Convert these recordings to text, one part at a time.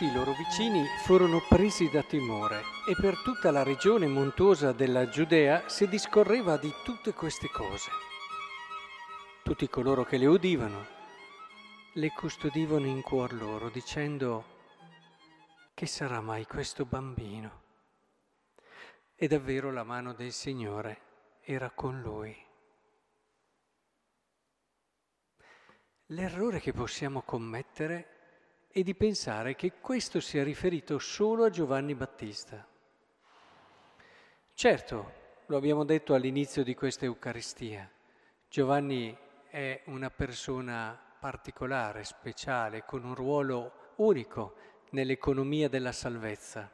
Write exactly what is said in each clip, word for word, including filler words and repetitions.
tutti i loro vicini furono presi da timore e per tutta la regione montuosa della Giudea si discorreva di tutte queste cose. Tutti coloro che le udivano le custodivano in cuor loro, dicendo: che sarà mai questo bambino? E davvero la mano del Signore era con lui. L'errore che possiamo commettere è di pensare che questo sia riferito solo a Giovanni Battista. Certo, lo abbiamo detto all'inizio di questa Eucaristia, Giovanni è una persona particolare, speciale, con un ruolo unico nell'economia della salvezza.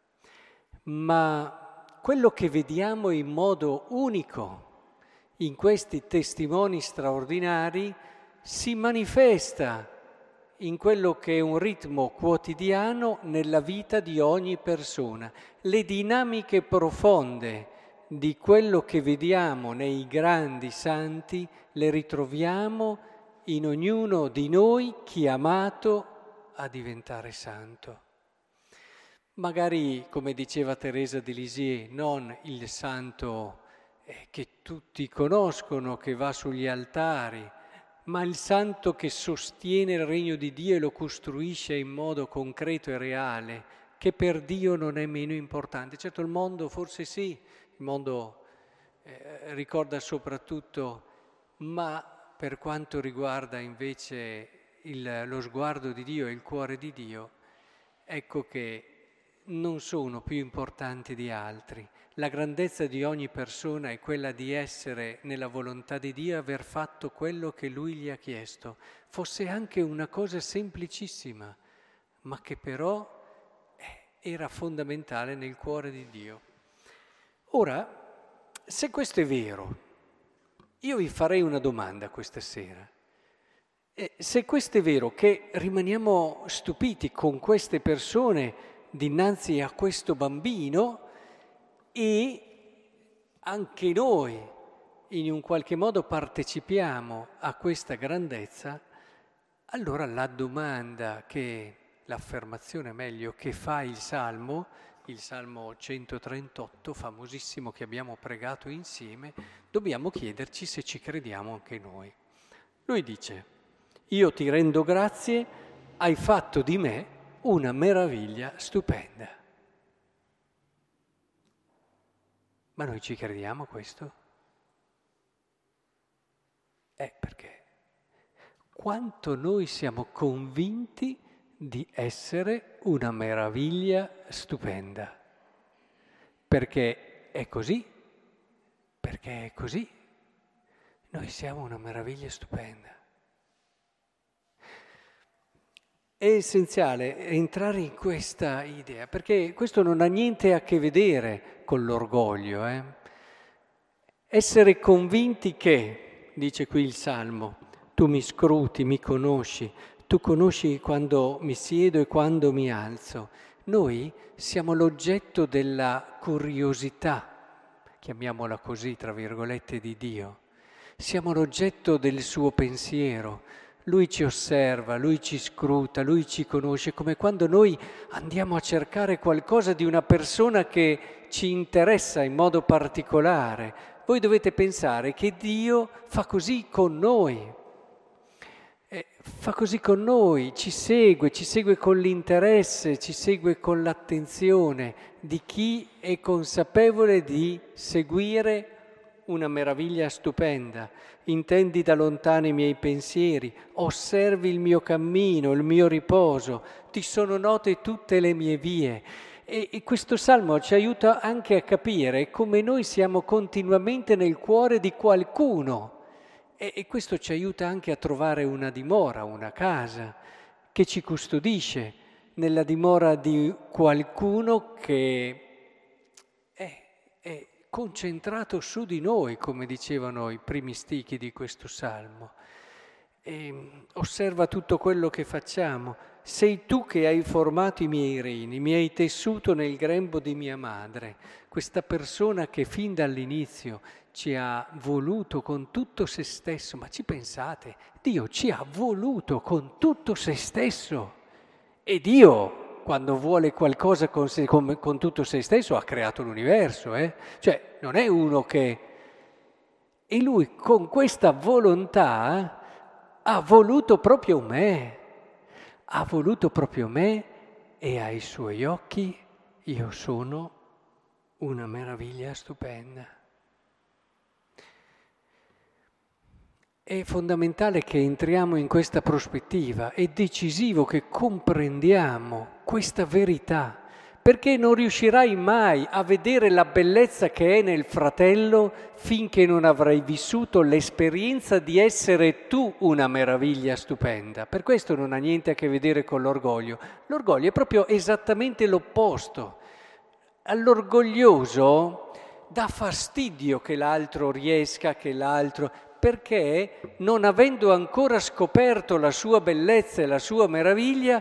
Ma quello che vediamo in modo unico in questi testimoni straordinari si manifesta in quello che è un ritmo quotidiano nella vita di ogni persona. Le dinamiche profonde di quello che vediamo nei grandi santi le ritroviamo in ognuno di noi chiamato a diventare santo. Magari, come diceva Teresa di Lisieux, non il santo eh, che tutti conoscono, che va sugli altari, ma il santo che sostiene il regno di Dio e lo costruisce in modo concreto e reale, che per Dio non è meno importante. Certo, il mondo forse sì, il mondo eh, ricorda soprattutto, ma per quanto riguarda invece il, lo sguardo di Dio e il cuore di Dio, ecco che non sono più importanti di altri. La grandezza di ogni persona è quella di essere nella volontà di Dio e aver fatto quello che Lui gli ha chiesto. Fosse anche una cosa semplicissima, ma che però era fondamentale nel cuore di Dio. Ora, se questo è vero, io vi farei una domanda questa sera. E se questo è vero, che rimaniamo stupiti con queste persone dinanzi a questo bambino e anche noi in un qualche modo partecipiamo a questa grandezza, allora la domanda che, l'affermazione meglio, che fa il Salmo, il Salmo centotrentotto, famosissimo che abbiamo pregato insieme, dobbiamo chiederci se ci crediamo anche noi. Lui dice: io ti rendo grazie, hai fatto di me una meraviglia stupenda. Ma noi ci crediamo a questo? Eh, perché? Quanto noi siamo convinti di essere una meraviglia stupenda. Perché è così, perché è così. Noi siamo una meraviglia stupenda. È essenziale entrare in questa idea, perché questo non ha niente a che vedere con l'orgoglio. Eh? Essere convinti che, dice qui il Salmo, tu mi scruti, mi conosci, tu conosci quando mi siedo e quando mi alzo. Noi siamo l'oggetto della curiosità, chiamiamola così, tra virgolette, di Dio. Siamo l'oggetto del suo pensiero. Lui ci osserva, Lui ci scruta, Lui ci conosce, come quando noi andiamo a cercare qualcosa di una persona che ci interessa in modo particolare. Voi dovete pensare che Dio fa così con noi, eh, fa così con noi, ci segue, ci segue con l'interesse, ci segue con l'attenzione di chi è consapevole di seguire una meraviglia stupenda. Intendi da lontano i miei pensieri, osservi il mio cammino, il mio riposo, ti sono note tutte le mie vie. E, e questo salmo ci aiuta anche a capire come noi siamo continuamente nel cuore di qualcuno e, e questo ci aiuta anche a trovare una dimora, una casa che ci custodisce nella dimora di qualcuno che è, è concentrato su di noi, come dicevano i primi stichi di questo salmo. E osserva tutto quello che facciamo. Sei tu che hai formato i miei reni, mi hai tessuto nel grembo di mia madre. Questa persona che fin dall'inizio ci ha voluto con tutto se stesso. Ma ci pensate? Dio ci ha voluto con tutto se stesso. E Dio quando vuole qualcosa con, se, con, con tutto se stesso, ha creato l'universo, eh? Cioè non è uno che... E lui con questa volontà ha voluto proprio me, ha voluto proprio me e ai suoi occhi io sono una meraviglia stupenda. È fondamentale che entriamo in questa prospettiva, è decisivo che comprendiamo questa verità, perché non riuscirai mai a vedere la bellezza che è nel fratello finché non avrai vissuto l'esperienza di essere tu una meraviglia stupenda. Per questo non ha niente a che vedere con l'orgoglio. L'orgoglio è proprio esattamente l'opposto. All'orgoglioso dà fastidio che l'altro riesca, che l'altro... perché non avendo ancora scoperto la sua bellezza e la sua meraviglia,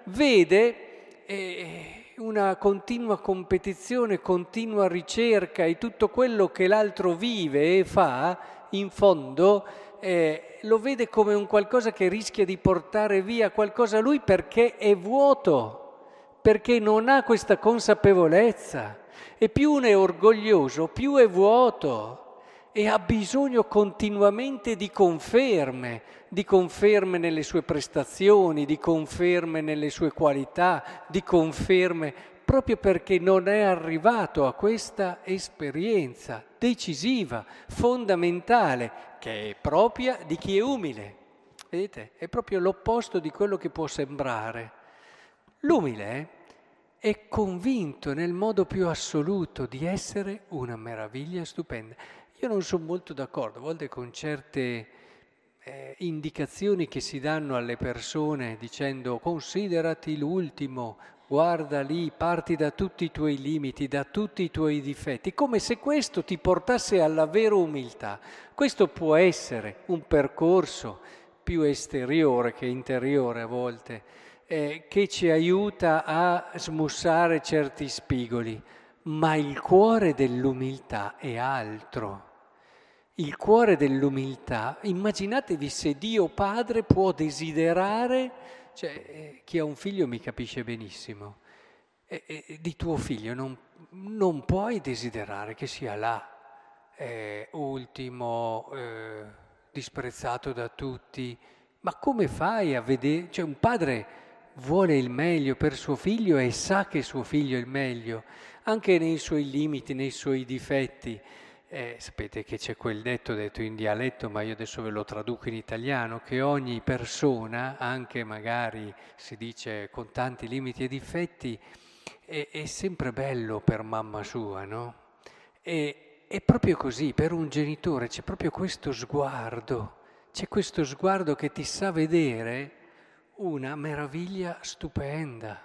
vede eh, una continua competizione, continua ricerca e tutto quello che l'altro vive e fa, in fondo, eh, lo vede come un qualcosa che rischia di portare via qualcosa a lui perché è vuoto, perché non ha questa consapevolezza. E più uno è orgoglioso, più è vuoto. E ha bisogno continuamente di conferme, di conferme nelle sue prestazioni, di conferme nelle sue qualità, di conferme, proprio perché non è arrivato a questa esperienza decisiva, fondamentale, che è propria di chi è umile. Vedete? È proprio l'opposto di quello che può sembrare. L'umile è convinto nel modo più assoluto di essere una meraviglia stupenda. Io non sono molto d'accordo, a volte con certe eh, indicazioni che si danno alle persone dicendo considerati l'ultimo, guarda lì, parti da tutti i tuoi limiti, da tutti i tuoi difetti, come se questo ti portasse alla vera umiltà. Questo può essere un percorso più esteriore che interiore a volte, eh, che ci aiuta a smussare certi spigoli. Ma il cuore dell'umiltà è altro. Il cuore dell'umiltà, immaginatevi se Dio Padre può desiderare, cioè eh, chi ha un figlio mi capisce benissimo, e, e, di tuo figlio non, non puoi desiderare che sia là, eh, ultimo, eh, disprezzato da tutti, ma come fai a vedere, cioè un padre vuole il meglio per suo figlio e sa che suo figlio è il meglio, anche nei suoi limiti, nei suoi difetti. Eh, sapete che c'è quel detto, detto in dialetto, ma io adesso ve lo traduco in italiano, che ogni persona, anche magari si dice con tanti limiti e difetti, è, è sempre bello per mamma sua, no? E, è proprio così, per un genitore c'è proprio questo sguardo, c'è questo sguardo che ti sa vedere una meraviglia stupenda.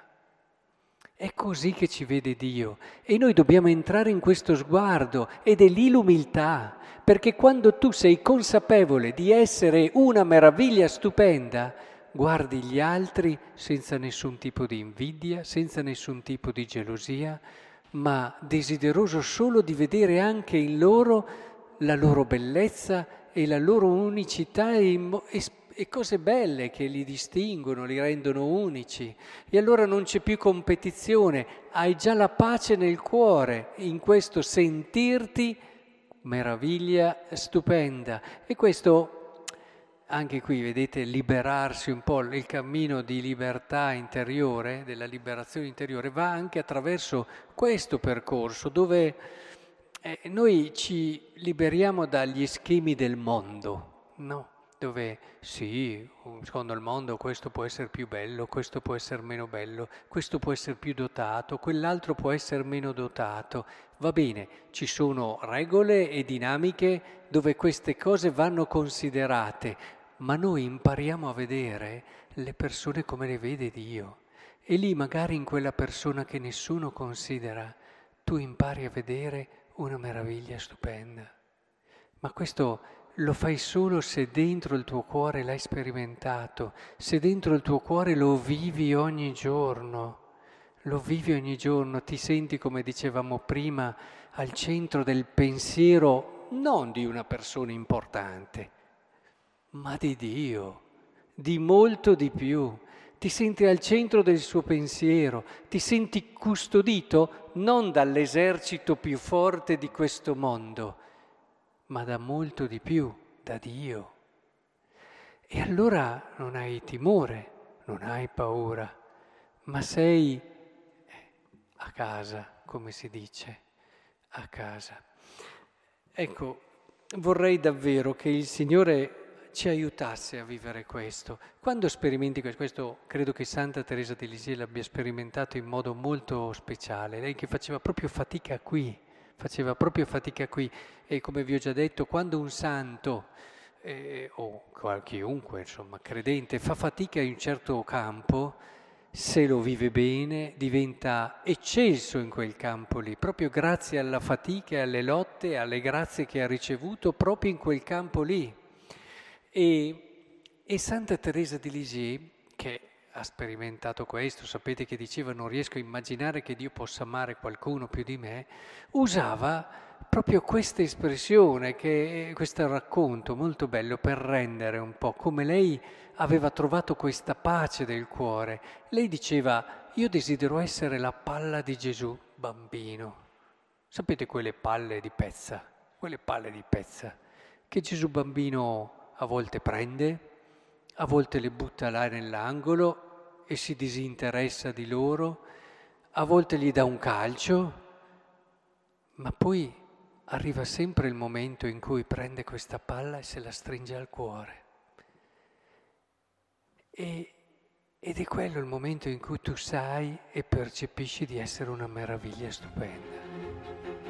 È così che ci vede Dio e noi dobbiamo entrare in questo sguardo ed è lì l'umiltà, perché quando tu sei consapevole di essere una meraviglia stupenda, guardi gli altri senza nessun tipo di invidia, senza nessun tipo di gelosia, ma desideroso solo di vedere anche in loro la loro bellezza e la loro unicità e, e e cose belle che li distinguono, li rendono unici. E allora non c'è più competizione, hai già la pace nel cuore, in questo sentirti meraviglia stupenda. E questo, anche qui, vedete, liberarsi un po', il cammino di libertà interiore, della liberazione interiore, va anche attraverso questo percorso, dove eh, noi ci liberiamo dagli schemi del mondo, no? Dove sì, secondo il mondo questo può essere più bello, questo può essere meno bello, questo può essere più dotato, quell'altro può essere meno dotato. Va bene, ci sono regole e dinamiche dove queste cose vanno considerate, ma noi impariamo a vedere le persone come le vede Dio. E lì magari in quella persona che nessuno considera, tu impari a vedere una meraviglia stupenda. Ma questo lo fai solo se dentro il tuo cuore l'hai sperimentato, se dentro il tuo cuore lo vivi ogni giorno, lo vivi ogni giorno, ti senti, come dicevamo prima, al centro del pensiero non di una persona importante, ma di Dio, di molto di più, ti senti al centro del suo pensiero, ti senti custodito non dall'esercito più forte di questo mondo, ma da molto di più, da Dio. E allora non hai timore, non hai paura, ma sei a casa, come si dice, a casa. Ecco, vorrei davvero che il Signore ci aiutasse a vivere questo. Quando sperimenti questo, questo credo che Santa Teresa di Lisieux l'abbia sperimentato in modo molto speciale, lei che faceva proprio fatica qui, faceva proprio fatica qui, e come vi ho già detto, quando un santo eh, o chiunque, insomma, credente, fa fatica in un certo campo, se lo vive bene, diventa eccelso in quel campo lì, proprio grazie alla fatica e alle lotte, alle grazie che ha ricevuto proprio in quel campo lì. E, e Santa Teresa di Lisieux, che ha sperimentato questo, sapete che diceva non riesco a immaginare che Dio possa amare qualcuno più di me, usava proprio questa espressione, che, questo racconto molto bello per rendere un po' come lei aveva trovato questa pace del cuore. Lei diceva, io desidero essere la palla di Gesù bambino. Sapete quelle palle di pezza, quelle palle di pezza che Gesù bambino a volte prende, a volte le butta là nell'angolo e si disinteressa di loro, a volte gli dà un calcio, ma poi arriva sempre il momento in cui prende questa palla e se la stringe al cuore. E, ed è quello il momento in cui tu sai e percepisci di essere una meraviglia stupenda.